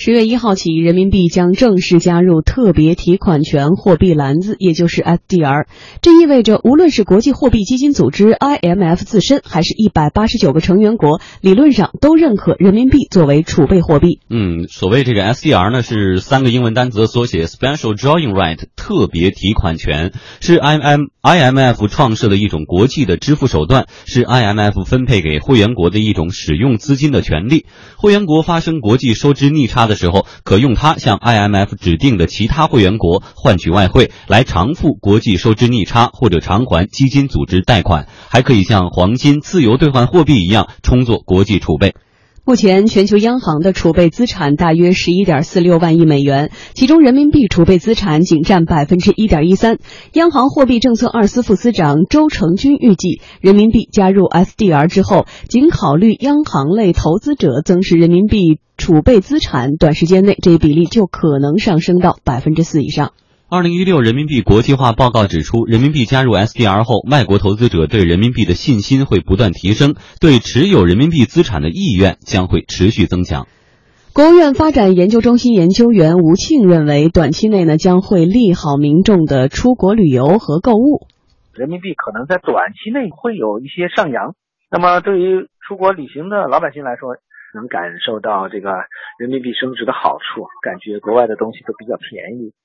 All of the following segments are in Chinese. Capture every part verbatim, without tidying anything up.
十月一号起，人民币将正式加入特别提款权货币篮子，也就是 S D R。这意味着，无论是国际货币基金组织 I M F 自身，还是一百八十九个成员国，理论上都认可人民币作为储备货币。 嗯，所谓这个 S D R 呢，是三个英文单词缩写 Special Drawing Right， 特别提款权，是 I M F 创设的一种国际的支付手段，是 I M F 分配给会员国的一种使用资金的权利。会员国发生国际收支逆差的时候，可用它向 I M F 指定的其他会员国换取外汇，来偿付国际收支逆差或者偿还基金组织贷款，还可以像黄金、自由兑换货币一样充作国际储备。 目前全球央行的储备资产大约 十一点四六万亿美元，其中人民币储备资产仅占 百分之一点一三。央行货币政策二司副司长周成军预计，人民币加入 S D R 之后，仅考虑央行类投资者增持人民币储备资产，短时间内这一比例就可能上升到 百分之四 以上。 二零一六人民币国际化报告指出，人民币加入 S D R 后，外国投资者对人民币的信心会不断提升，对持有人民币资产的意愿将会持续增强。 国务院发展研究中心研究员吴庆认为，短期内呢将会利好民众的出国旅游和购物。 人民币可能在短期内会有一些上扬，那么对于出国旅行的老百姓来说，能感受到这个人民币升值的好处，感觉国外的东西都比较便宜。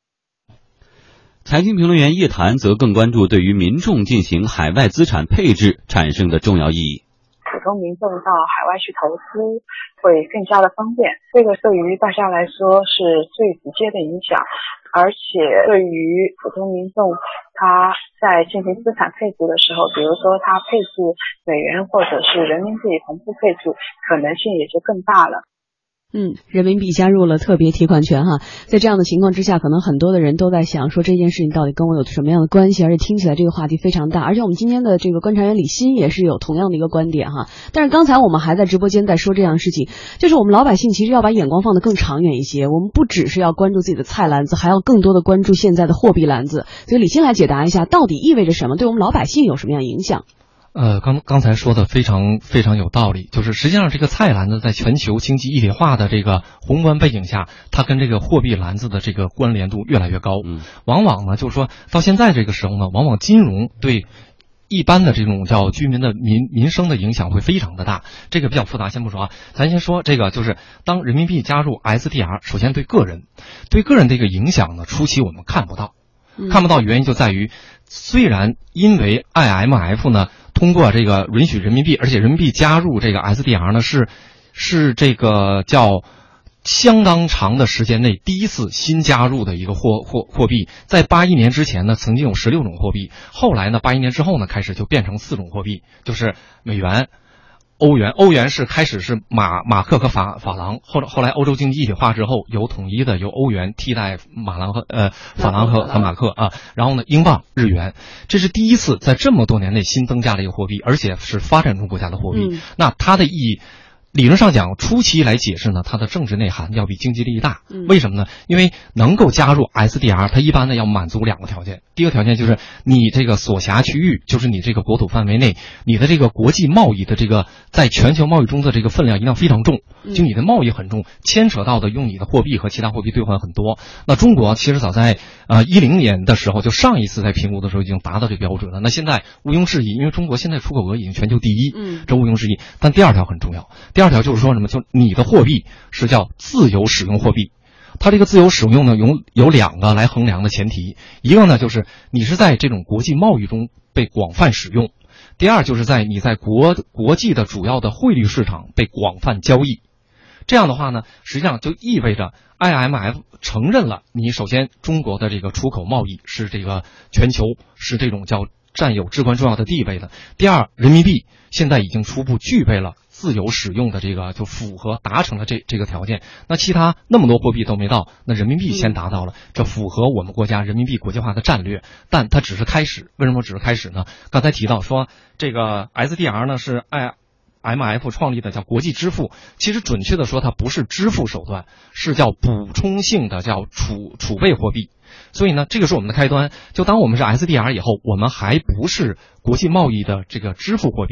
财经评论员叶檀则更关注对于民众进行海外资产配置产生的重要意义。 普通民众到海外去投资会更加的方便，这个对于大家来说是最直接的影响，而且对于普通民众他在进行资产配置的时候，比如说他配置美元或者是人民币同步配置，可能性也就更大了。 嗯，人民币加入了特别提款权哈，在这样的情况之下，可能很多的人都在想说这件事情到底跟我有什么样的关系，而且听起来这个话题非常大，而且我们今天的这个观察员李欣也是有同样的一个观点哈。但是刚才我们还在直播间在说这样的事情，就是我们老百姓其实要把眼光放得更长远一些，我们不只是要关注自己的菜篮子，还要更多的关注现在的货币篮子。所以李欣来解答一下，到底意味着什么，对我们老百姓有什么样的影响？ 呃，刚刚才说的非常非常有道理，就是实际上这个菜篮子在全球经济一体化的这个宏观背景下，它跟这个货币篮子的这个关联度越来越高。嗯，往往呢，就是说到现在这个时候呢，往往金融对一般的这种叫居民的民民生的影响会非常的大。这个比较复杂，先不说啊，咱先说这个，就是当人民币加入 S D R， 首先对个人，对个人这个影响呢，初期我们看不到，看不到原因就在于，虽然因为 I M F 呢。通过这个允许人民币，而且人民币加入这个 S D R 呢，是是这个叫相当长的时间内第一次新加入的一个货货货币。在八一年之前呢，曾经有十六种货币，后来呢，八一年之后呢，开始就变成四种货币，就是美元、欧元。欧元是开始是马马克和法法郎，后后来欧洲经济一体化之后，有统一的由欧元替代马郎和呃法郎和和马克啊，然后呢，英镑、日元，这是第一次在这么多年内新增加了一个货币，而且是发展中国家的货币。嗯、那它的意义，理论上讲，初期来解释呢，它的政治内涵要比经济利益大。嗯、为什么呢？因为能够加入 S D R， 它一般呢要满足两个条件。第一个条件就是你这个所辖区域，就是你这个国土范围内，你的这个国际贸易的这个在全球贸易中的这个分量一定要非常重，就你的贸易很重，牵扯到的用你的货币和其他货币兑换很多。那中国其实早在呃一零年的时候，就上一次在评估的时候已经达到这标准了。那现在毋庸置疑，因为中国现在出口额已经全球第一，嗯，这毋庸置疑。但第二条很重要，第二条就是说什么？就你的货币是叫自由使用货币。它这个自由使用呢，有有两个来衡量的前提，一个呢就是你是在这种国际贸易中被广泛使用，第二就是在你在国国际的主要的汇率市场被广泛交易。这样的话呢，实际上就意味着 I M F 承认了你首先中国的这个出口贸易是这个全球是这种叫占有至关重要的地位的。第二，人民币现在已经初步具备了自由使用的这个，就符合达成了这这个条件。那其他那么多货币都没到，那人民币先达到了，这符合我们国家人民币国际化的战略。但它只是开始，为什么只是开始呢？刚才提到说这个 S D R 呢是 I M F 创立的叫国际支付，其实准确的说它不是支付手段，是叫补充性的叫储储备货币。所以呢，这个是我们的开端。就当我们是 S D R 以后，我们还不是国际贸易的这个支付货币，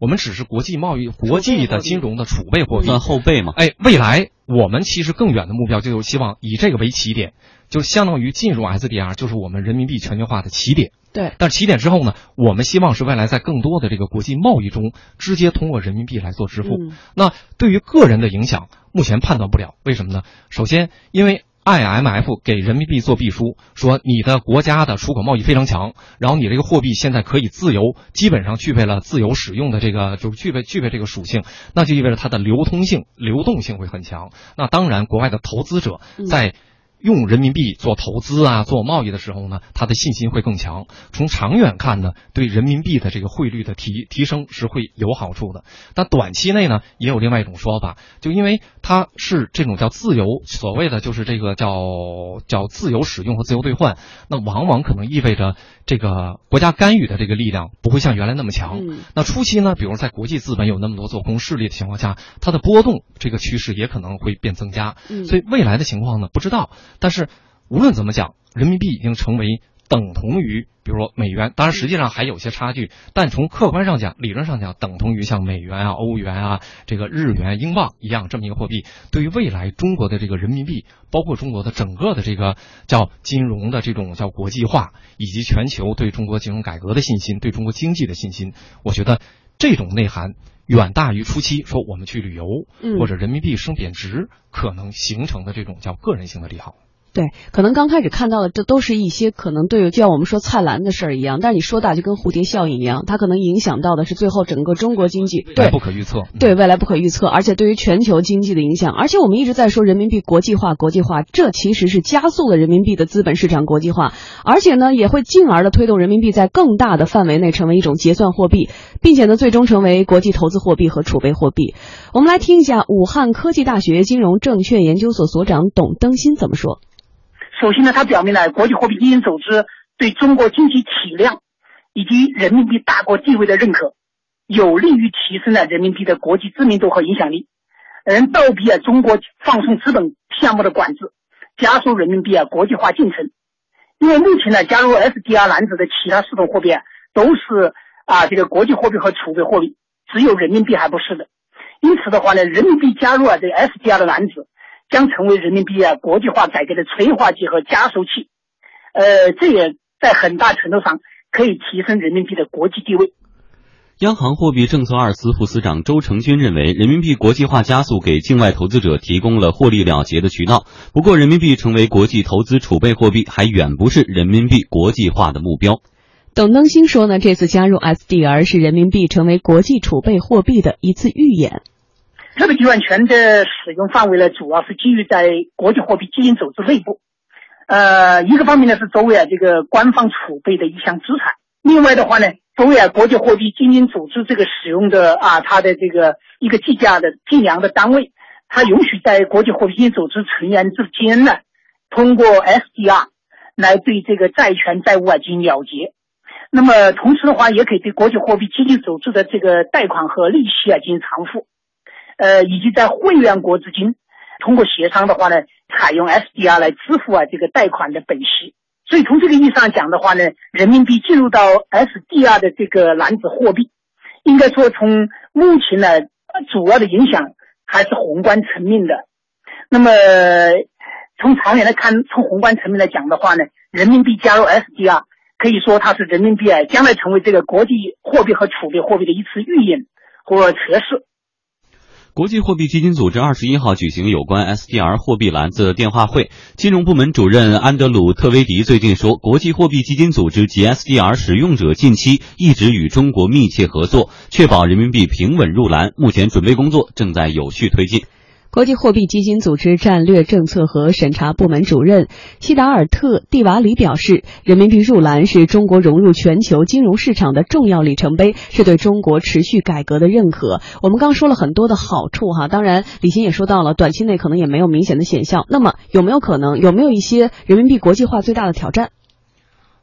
我们只是国际贸易、国际的金融的储备货币， 算后备嘛。 哎，未来我们其实更远的目标就是希望以这个为起点，就相当于进入 S D R， 就是我们人民币全球化的起点。 对， 但起点之后呢，我们希望是未来在更多的这个国际贸易中，直接通过人民币来做支付。 嗯、 那对于个人的影响，目前判断不了，为什么呢？首先，因为 I M F 给人民币做背书，说你的国家的出口贸易非常强，然后你这个货币现在可以自由，基本上具备了自由使用的这个，就是具备具备这个属性，那就意味着它的流通性、流动性会很强。那当然，国外的投资者在用人民币做投资啊、做贸易的时候呢，他的信心会更强。从长远看呢，对人民币的这个汇率的提提升是会有好处的。但短期内呢，也有另外一种说法，就因为它是这种叫自由，所谓的就是这个叫叫自由使用和自由兑换，那往往可能意味着这个国家干预的这个力量不会像原来那么强。 嗯、 那初期呢，比如在国际资本有那么多做空势力的情况下，它的波动这个趋势也可能会变增加。 嗯、 所以未来的情况呢，不知道。但是无论怎么讲，人民币已经成为等同于比如说美元，当然实际上还有些差距，但从客观上讲，理论上讲等同于像美元啊、欧元啊、这个日元、英镑一样这么一个货币。对于未来中国的这个人民币，包括中国的整个的这个叫金融的这种叫国际化，以及全球对中国金融改革的信心、对中国经济的信心，我觉得这种内涵远大于初期说我们去旅游、 嗯、 或者人民币升贬值可能形成的这种叫个人性的利好。 对，可能刚开始看到的这都是一些可能对，就像我们说菜篮的事儿一样，但是你说大就跟蝴蝶效应一样，它可能影响到的是最后整个中国经济， 对，不可预测， 对，未来不可预测，而且对于全球经济的影响，而且我们一直在说人民币国际化，国际化，这其实是加速了人民币的资本市场国际化，而且呢，也会进而的推动人民币在更大的范围内成为一种结算货币，并且呢，最终成为国际投资货币和储备货币。我们来听一下武汉科技大学金融证券研究所所长董登新怎么说。 首先呢，它表明了国际货币基金组织对中国经济体量以及人民币大国地位的认可，有利于提升了人民币的国际知名度和影响力，能倒逼啊中国放松资本项目的管制，加速人民币啊国际化进程。因为目前呢，加入 S D R 篮子的其他四种货币啊都是啊这个国际货币和储备货币，只有人民币还不是的。因此的话呢，人民币加入啊这个 S D R 的篮子，将成为人民币啊国际化改革的催化剂和加速器，呃，这也在很大程度上可以提升人民币的国际地位。 央行货币政策二司副司长周成军认为，人民币国际化加速给境外投资者提供了获利了结的渠道。不过，人民币成为国际投资储备货币，还远不是人民币国际化的目标。 董登新说呢，这次加入 S D R 是人民币成为国际储备货币的一次预演。 这个结算权的使用范围呢，主要是基于在国际货币基金组织内部。呃，一个方面呢是作为啊这个官方储备的一项资产，另外的话呢，作为啊国际货币基金组织这个使用的啊它的这个一个计价的计量的单位，它允许在国际货币基金组织成员之间呢，通过 S D R 来对这个债权债务啊进行了结。那么同时的话，也可以对国际货币基金组织的这个贷款和利息啊进行偿付。呃，以及在会员国之间通过协商的话呢，采用 S D R 来支付啊这个贷款的本息。所以从这个意义上讲的话呢，人民币进入到 S D R 的这个篮子货币，应该说从目前呢主要的影响还是宏观层面的。那么从长远来看，从宏观层面来讲的话呢，人民币加入 S D R 可以说它是人民币啊将来成为这个国际货币和储备货币的一次预演或测试。 国际货币基金组织二十一号举行有关 S D R 货币篮子的电话会，金融部门主任安德鲁特维迪最近说，国际货币基金组织及 S D R 使用者近期一直与中国密切合作，确保人民币平稳入篮，目前准备工作正在有序推进。 国际货币基金组织战略政策和审查部门主任西达尔特·蒂瓦里表示，人民币入篮是中国融入全球金融市场的重要里程碑，是对中国持续改革的认可。我们刚说了很多的好处哈，当然李欣也说到了，短期内可能也没有明显的显效。那么有没有可能，有没有一些人民币国际化最大的挑战？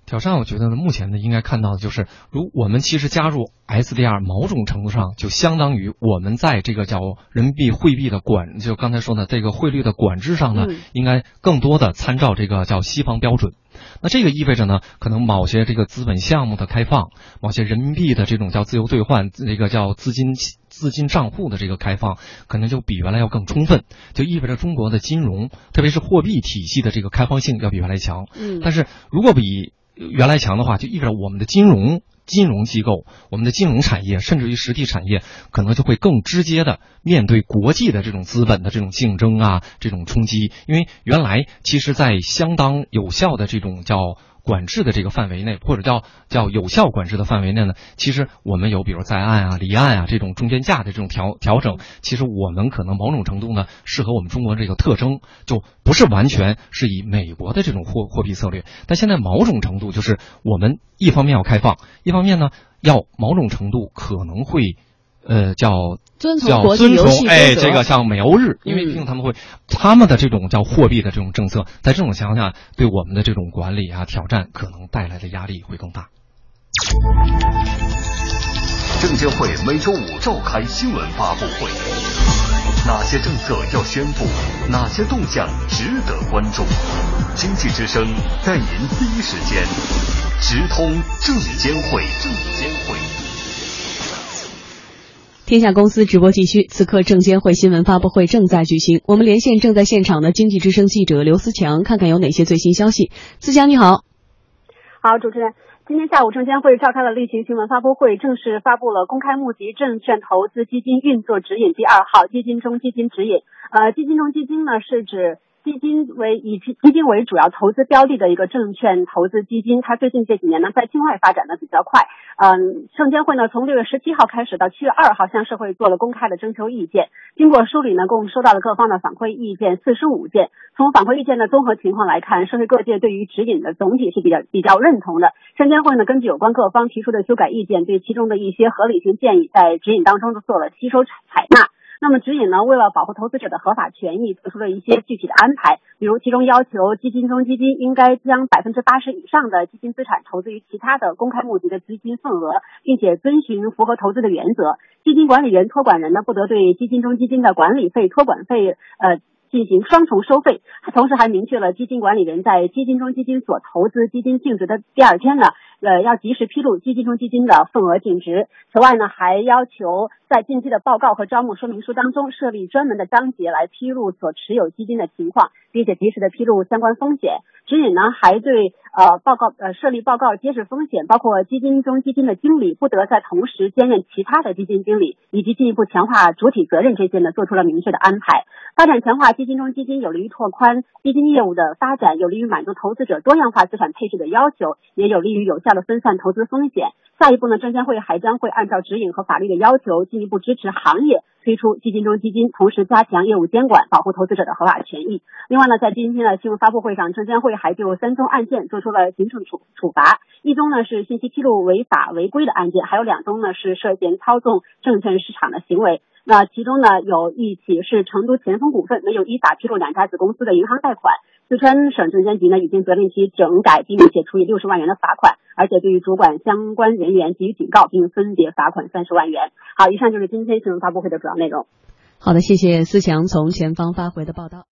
挑战我觉得呢，目前呢应该看到的就是，如我们其实加入 S D R 某种程度上就相当于我们在这个叫人民币汇币的管，就刚才说的这个汇率的管制上呢， 嗯、 应该更多的参照这个叫西方标准。那这个意味着呢，可能某些这个资本项目的开放，某些人民币的这种叫自由兑换，这个叫资金资金账户的这个开放，可能就比原来要更充分，就意味着中国的金融，特别是货币体系的这个开放性要比原来强。 嗯， 但是如果比原来强的话，就意味着我们的金融金融机构，我们的金融产业，甚至于实体产业，可能就会更直接的面对国际的这种资本的这种竞争啊，这种冲击。因为原来其实在相当有效的这种叫管制的这个范围内，或者叫叫有效管制的范围内呢，其实我们有比如在岸啊、离岸啊这种中间价的这种调调整，其实我们可能某种程度呢适合我们中国这个特征，就不是完全是以美国的这种货货币策略，但现在某种程度就是我们一方面要开放，一方面呢要某种程度可能会呃叫遵从国际游戏规则， 哎，这个像美欧日，因为毕竟他们会、嗯、他们的这种叫货币的这种政策，在这种情况下，对我们的这种管理啊挑战可能带来的压力会更大。 证监会每周五召开新闻发布会，哪些政策要宣布，哪些动向值得关注？经济之声带您第一时间直通证监会。证监会。 天下公司直播继续，此刻证监会新闻发布会正在举行，我们连线正在现场的经济之声记者刘思强，看看有哪些最新消息。思强你好。 好，主持人，今天下午证监会召开了例行新闻发布会，正式发布了公开募集证券投资基金运作指引第二号基金中基金指引。呃，基金中基金呢是指基金为以基金为主要投资标的的一个证券投资基金，它最近这几年呢在境外发展的比较快。嗯，证监会呢从六月十七号开始到七月二号向社会做了公开的征求意见，经过梳理呢，共收到了各方的反馈意见四十五件。从反馈意见的综合情况来看，社会各界对于指引的总体是比较比较认同的。证监会呢根据有关各方提出的修改意见，对其中的一些合理性建议在指引当中都做了吸收采纳。那么指引呢，为了保护投资者的合法权益，做出了一些具体的安排，比如其中要求基金中基金应该将百分之八十以上的基金资产投资于其他的公开募集的资金份额，并且遵循符合投资的原则。基金管理人、托管人呢，不得对基金中基金的管理费、托管费呃进行双重收费，同时还明确了基金管理人在基金中基金所投资基金净值的第二天呢，呃，要及时披露基金中基金的份额净值。此外呢，还要求在近期的报告和招募说明书当中设立专门的章节来披露所持有基金的情况，并且及时的披露相关风险。指引呢，还对呃报告呃设立报告揭示风险，包括基金中基金的经理不得在同时兼任其他的基金经理，以及进一步强化主体责任这些呢，做出了明确的安排。发展强化基金中基金有利于拓宽基金业务的发展，有利于满足投资者多样化资产配置的要求，也有利于有效的分散投资风险。下一步呢，证监会还将会按照指引和法律的要求，进一步支持行业推出基金中基金，同时加强业务监管，保护投资者的合法权益。另外呢，在今天的新闻发布会上，证监会还就三宗案件做出了行政处处罚，一宗呢是信息披露违法违规的案件，还有两宗呢是涉嫌操纵证券市场的行为。那其中呢，有一起是成都前锋股份没有依法披露两家子公司的银行贷款，四川省证监局呢已经责令其整改，并且处以六十万元的罚款，而且对于主管相关人员给予警告，并分别罚款三十万元。好，以上就是今天新闻发布会的主要内容。 好的，谢谢思强从前方发回的报道。